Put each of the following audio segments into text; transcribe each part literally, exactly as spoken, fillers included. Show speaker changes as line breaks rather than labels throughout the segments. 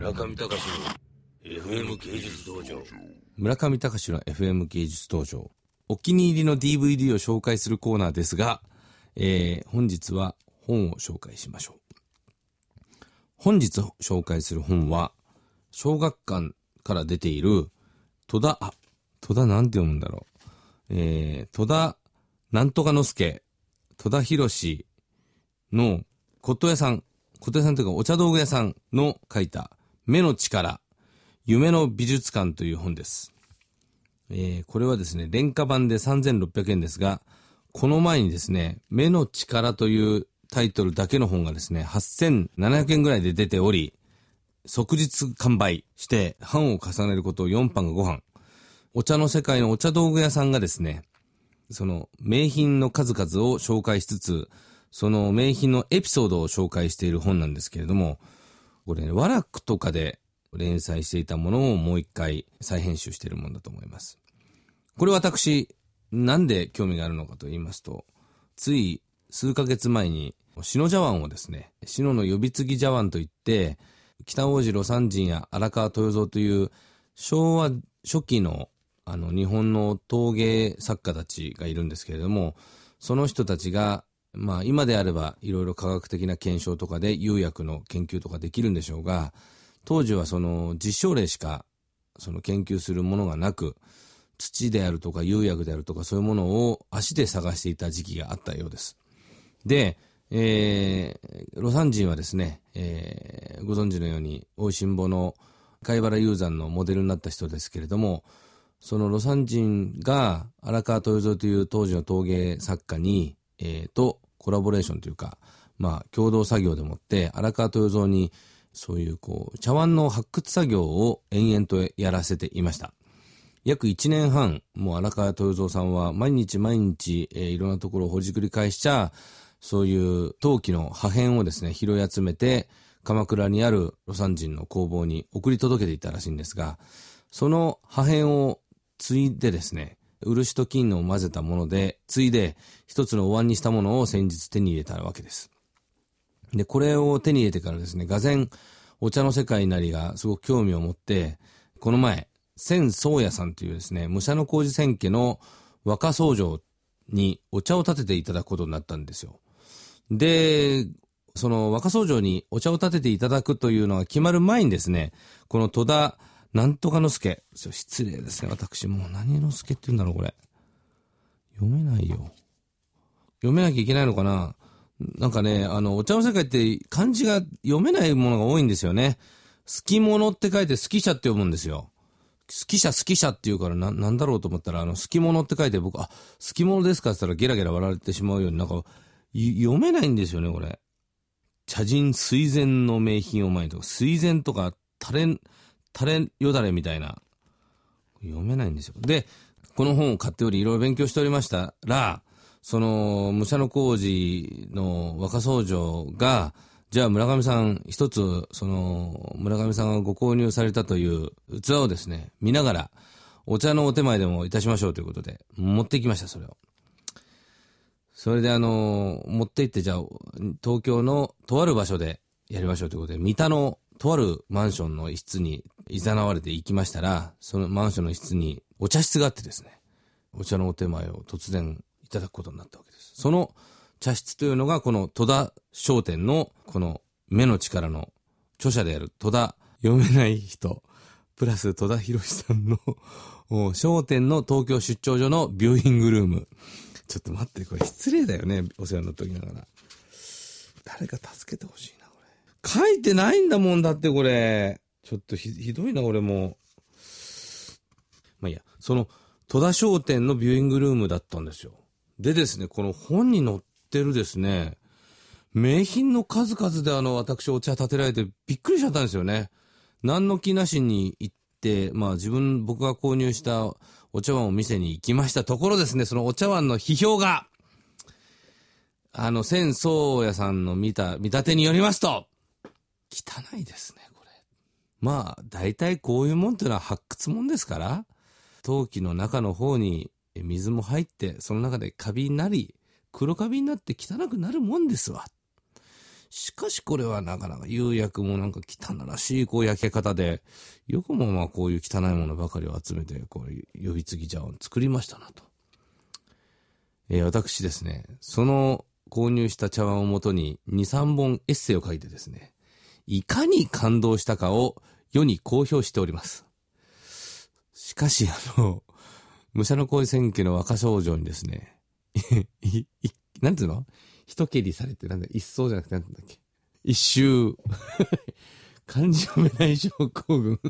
村上隆の エフエム 芸術道場。
村上隆の エフエム 芸術道場。お気に入りの ディーブイディー を紹介するコーナーですが、えー、本日は本を紹介しましょう。本日紹介する本は、小学館から出ている戸田、あ、戸田なんて読むんだろう。えー、戸田なんとかのすけ、戸田博士の骨董屋さん、骨董屋さんというかお茶道具屋さんの書いた目の力、夢の美術館という本です。えー、これはですね、廉価版でさんぜんろっぴゃくえんですが、この前にですね、目の力というタイトルだけの本がですね、はっせんななひゃくえんぐらいで出ており、即日完売して版を重ねることをよんばんがごばん。お茶の世界のお茶道具屋さんがですね、その名品の数々を紹介しつつ、その名品のエピソードを紹介している本なんですけれども、これね、ワラクとかで連載していたものをもう一回再編集しているものだと思います。これ私、なんで興味があるのかと言いますと、つい数ヶ月前に篠茶碗をですね、篠の呼び継ぎ茶碗といって、北大路魯山人や荒川豊蔵という昭和初期のあの日本の陶芸作家たちがいるんですけれども、その人たちがまあ今であればいろいろ科学的な検証とかで釉薬の研究とかできるんでしょうが、当時はその実証例しかその研究するものがなく、土であるとか釉薬であるとかそういうものを足で探していた時期があったようです。で、えー、魯山人はですね、えー、ご存知のように美味しんぼの貝原雄山のモデルになった人ですけれども、その魯山人が荒川豊蔵という当時の陶芸作家に、えー、とコラボレーションというか、まあ共同作業でもって荒川豊蔵にそういうこう茶碗の発掘作業を延々とやらせていました。約いちねんはん、もう荒川豊蔵さんは毎日毎日、えー、いろんなところをほじくり返しちゃ、そういう陶器の破片をですね、拾い集めて鎌倉にある魯山人の工房に送り届けていたらしいんですが、その破片を継いでですね、漆と金を混ぜたもので継いで一つのお椀にしたものを先日手に入れたわけです。で、これを手に入れてからですね、がぜんお茶の世界なりがすごく興味を持って、この前千宗屋さんというですね、武者小路千家の若僧正にお茶を立てていただくことになったんですよ。で、その若僧正にお茶を立てていただくというのが決まる前にですね、この戸田なんとかのすけ、失礼ですね、私もう何のすけって言うんだろうこれ。読めないよ。読めなきゃいけないのかな。なんかね、あのお茶の世界って漢字が読めないものが多いんですよね。好き者って書いて好き者って読むんですよ。好き者好き者って言うからな、なんだろうと思ったら、あの好き者って書いて僕、あ、好き者ですかって言ったらゲラゲラ笑われてしまうように、なんか読めないんですよねこれ。茶人水前の名品を前にとか、水前とかタレタレよだれみたいな、読めないんですよ。で、この本を買っておりいろいろ勉強しておりましたら、その武者小路の若僧正が、じゃあ村上さん一つ、その村上さんがご購入されたという器をですね、見ながらお茶のお手前でもいたしましょうということで持ってきました。それをそれであの持って行って、じゃあ東京のとある場所でやりましょうということで、三田のとあるマンションの一室に誘われて行きましたら、そのマンションの一室にお茶室があってですね、お茶のお手前を突然いただくことになったわけです。その茶室というのがこの戸田商店のこの目の力の著者である戸田読めない人プラス戸田博さんの商店の東京出張所のビューイングルーム。ちょっと待って、これ失礼だよね、お世話になっておきながら。誰か助けてほしいなこれ。書いてないんだもんだってこれ。ちょっと ひ, ひどいな俺も。まあいいや、その戸田商店のビューイングルームだったんですよ。でですね、この本に載ってるですね、名品の数々であの私お茶立てられてびっくりしちゃったんですよね。何の気なしに行って、まあ自分僕が購入したお茶碗を店に行きましたところですね、そのお茶碗の批評があの千宗屋さんの見た見立てによりますと汚いですねこれ。まあ大体こういうもんっていうのは発掘もんですから、陶器の中の方に水も入ってその中でカビになり黒カビになって汚くなるもんですわ。 しかしこれはなかなか釉薬もなんか汚らしいこう焼け方で、よくもまあこういう汚いものばかりを集めて、こう呼び継ぎ茶を作りましたなと。えー、私ですね、その購入した茶碗をもとにに、さんぼんエッセイを書いてですね、いかに感動したかを世に公表しております。しかしあの、武者小路千家の若少女にですね、い、い、なんていうの？一蹴りされて、なんだ、一層じゃなくて、なんていうんだっけ。一周。漢字読めない症候群。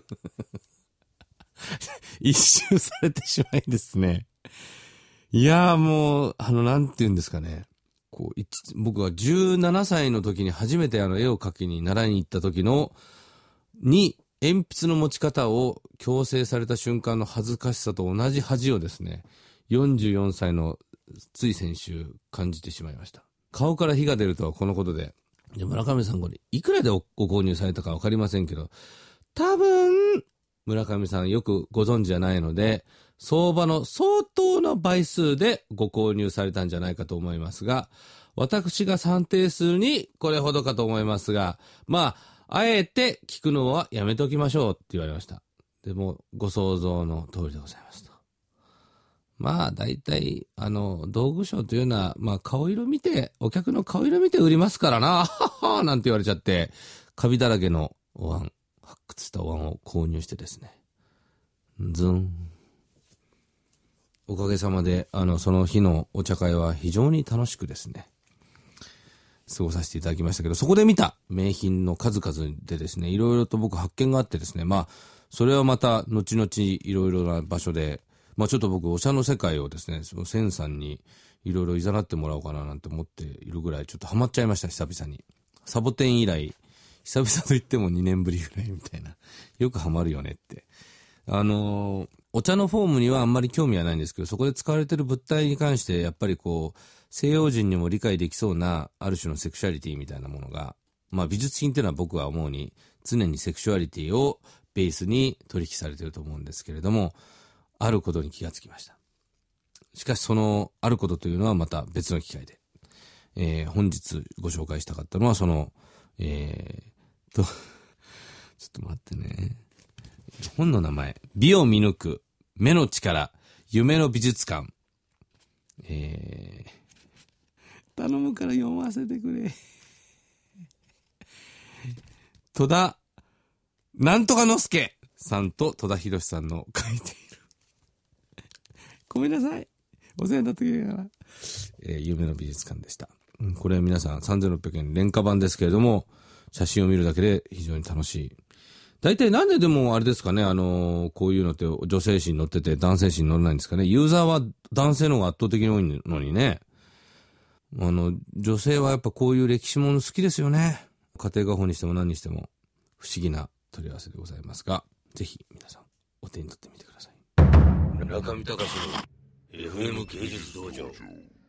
一周されてしまいですね。いやーもう、あの、なんていうんですかね。こう、僕はじゅうななさいの時に初めてあの絵を描きに習いに行った時の、に、鉛筆の持ち方を強制された瞬間の恥ずかしさと同じ恥をですね、よんじゅうよんさいのつい先週感じてしまいました。顔から火が出るとはこのことで。で、村上さんこれ、いくらでご購入されたかわかりませんけど、多分、村上さんよくご存知じゃないので、相場の相当な倍数でご購入されたんじゃないかと思いますが、私が算定するにこれほどかと思いますが、まあ、あえて聞くのはやめておきましょうって言われました。でも、ご想像の通りでございますと。まあ、大体、あの、道具商というのは、まあ、顔色見て、お客の顔色見て売りますからな、はっはなんて言われちゃって、カビだらけのお椀、発掘したお椀を購入してですね。ズン。おかげさまで、あの、その日のお茶会は非常に楽しくですね、過ごさせていただきましたけど、そこで見た名品の数々でですね、いろいろと僕発見があってですね、まあ、それはまた、後々いろいろな場所で、まあちょっと僕、お茶の世界をですね、その千さんにいろいろいざなってもらおうかななんて思っているぐらい、ちょっとハマっちゃいました、久々に。サボテン以来、久々と言ってもにねんぶりぐらいみたいな。よくハマるよねって。あのー、お茶のフォームにはあんまり興味はないんですけど、そこで使われている物体に関して、やっぱりこう、西洋人にも理解できそうな、ある種のセクシュアリティみたいなものが、まあ美術品っていうのは僕は思うに、常にセクシュアリティをベースに取引されていると思うんですけれども、あることに気がつきました。しかしそのあることというのはまた別の機会で、えー、本日ご紹介したかったのはその、えー、と、ちょっと待ってね。本の名前、美を見抜く、目の力、夢の美術館。えー、頼むから読ませてくれ。戸田、なんとかのすけさんと戸田博さんの書いている。ごめんなさい。お世話になってくれるから。えー、夢の美術館でした。うん、これは皆さんさんぜんろっぴゃくえん廉価版ですけれども、写真を見るだけで非常に楽しい。大体なんででもあれですかね、あのー、こういうのって女性誌に載ってて男性誌に載らないんですかね。ユーザーは男性の方が圧倒的に多いのにね。あの、女性はやっぱこういう歴史もの好きですよね。家庭画法にしても何にしても不思議な取り合わせでございますが、ぜひ皆さんお手に取ってみてください。
中見隆の エフエム 芸術道場。